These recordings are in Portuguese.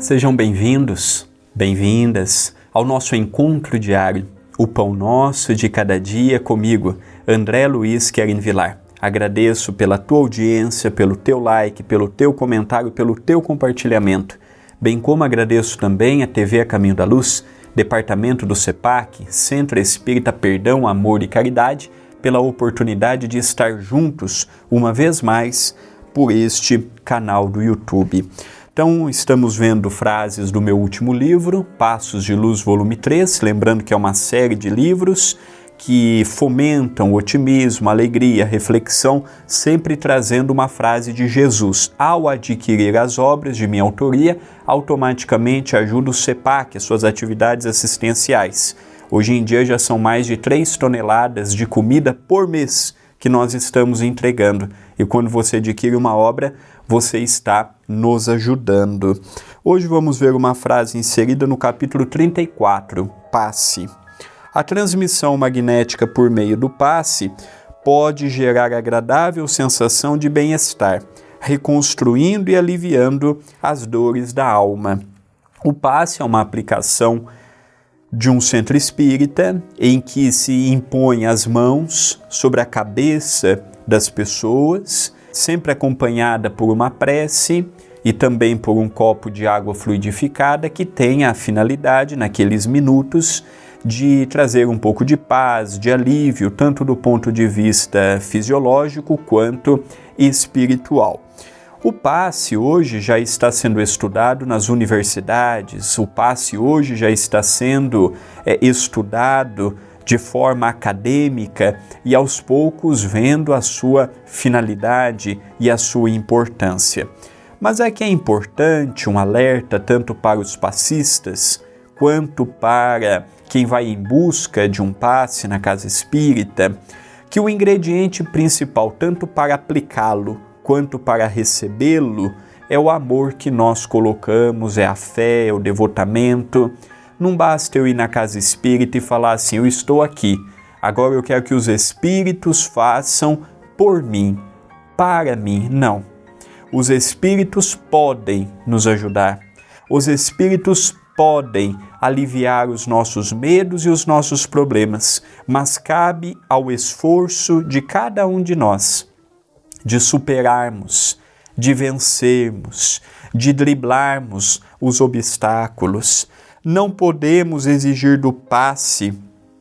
sejam bem-vindos, bem-vindas ao nosso encontro diário, o Pão Nosso de Cada Dia comigo, André Luiz Querin Vilar. Agradeço pela tua audiência, pelo teu like, pelo teu comentário, pelo teu compartilhamento, bem como agradeço também a TV A Caminho da Luz, Departamento do CEPAC, Centro Espírita Perdão, Amor e Caridade, pela oportunidade de estar juntos, uma vez mais, por este canal do YouTube. Então, estamos vendo frases do meu último livro, Passos de Luz, volume 3, lembrando que é uma série de livros que fomentam o otimismo, a alegria, a reflexão, sempre trazendo uma frase de Jesus. Ao adquirir as obras de minha autoria, automaticamente ajuda o CEPAC, as suas atividades assistenciais. Hoje em dia já são mais de 3 toneladas de comida por mês que nós estamos entregando. E quando você adquire uma obra, você está nos ajudando. Hoje vamos ver uma frase inserida no capítulo 34, Passe. A transmissão magnética por meio do passe pode gerar agradável sensação de bem-estar, reconstruindo e aliviando as dores da alma. O passe é uma aplicação de um centro espírita em que se impõe as mãos sobre a cabeça das pessoas, sempre acompanhada por uma prece e também por um copo de água fluidificada que tem a finalidade, naqueles minutos, de trazer um pouco de paz, de alívio, tanto do ponto de vista fisiológico quanto espiritual. O passe hoje já está sendo estudado nas universidades, o passe hoje já está sendo estudado de forma acadêmica e aos poucos vendo a sua finalidade e a sua importância. Mas é que é importante um alerta tanto para os passistas quanto para quem vai em busca de um passe na casa espírita, que o ingrediente principal tanto para aplicá-lo quanto para recebê-lo, é o amor que nós colocamos, é a fé, é o devotamento. Não basta eu ir na casa espírita e falar assim, eu estou aqui, agora eu quero que os espíritos façam por mim, para mim. Não. Os espíritos podem nos ajudar. Os espíritos podem aliviar os nossos medos e os nossos problemas, mas cabe ao esforço de cada um de nós de superarmos, de vencermos, de driblarmos os obstáculos. Não podemos exigir do passe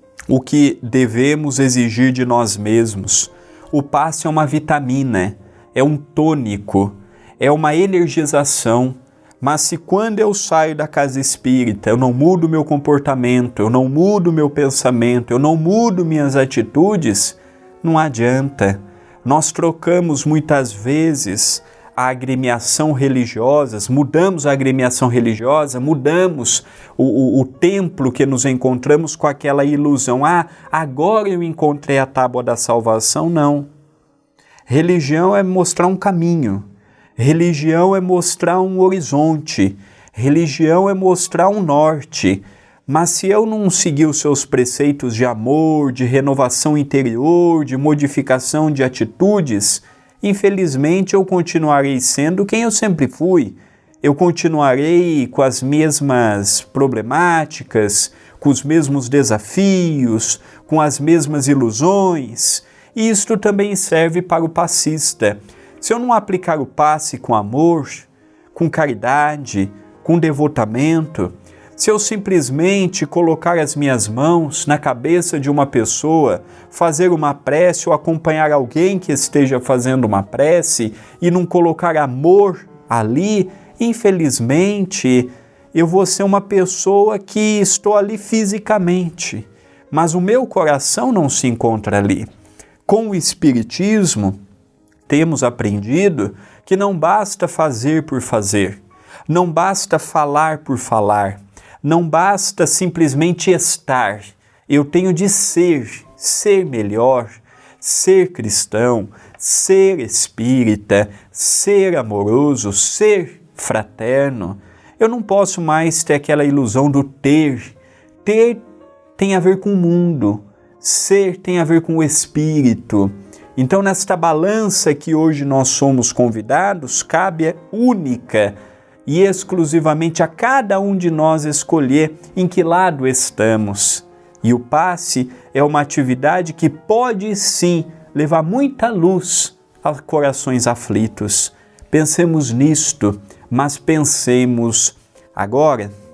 o que devemos exigir de nós mesmos. O passe é uma vitamina, é um tônico, é uma energização. Mas se quando eu saio da casa espírita, eu não mudo meu comportamento, eu não mudo meu pensamento, eu não mudo minhas atitudes, não adianta. Nós trocamos muitas vezes a agremiação religiosa, mudamos a agremiação religiosa, mudamos o templo que nos encontramos com aquela ilusão. Ah, agora eu encontrei a tábua da salvação. Não. Religião é mostrar um caminho. Religião é mostrar um horizonte. Religião é mostrar um norte. Mas se eu não seguir os seus preceitos de amor, de renovação interior, de modificação de atitudes, infelizmente eu continuarei sendo quem eu sempre fui. Eu continuarei com as mesmas problemáticas, com os mesmos desafios, com as mesmas ilusões. E isto também serve para o passista. Se eu não aplicar o passe com amor, com caridade, com devotamento, se eu simplesmente colocar as minhas mãos na cabeça de uma pessoa, fazer uma prece ou acompanhar alguém que esteja fazendo uma prece e não colocar amor ali, infelizmente, eu vou ser uma pessoa que estou ali fisicamente, mas o meu coração não se encontra ali. Com o Espiritismo, temos aprendido que não basta fazer por fazer, não basta falar por falar, não basta simplesmente estar. Eu tenho de ser melhor, ser cristão, ser espírita, ser amoroso, ser fraterno. Eu não posso mais ter aquela ilusão do ter. Ter tem a ver com o mundo, ser tem a ver com o espírito. Então, nesta balança que hoje nós somos convidados, cabe a única e exclusivamente a cada um de nós escolher em que lado estamos. E o passe é uma atividade que pode sim levar muita luz a corações aflitos. Pensemos nisto, mas pensemos agora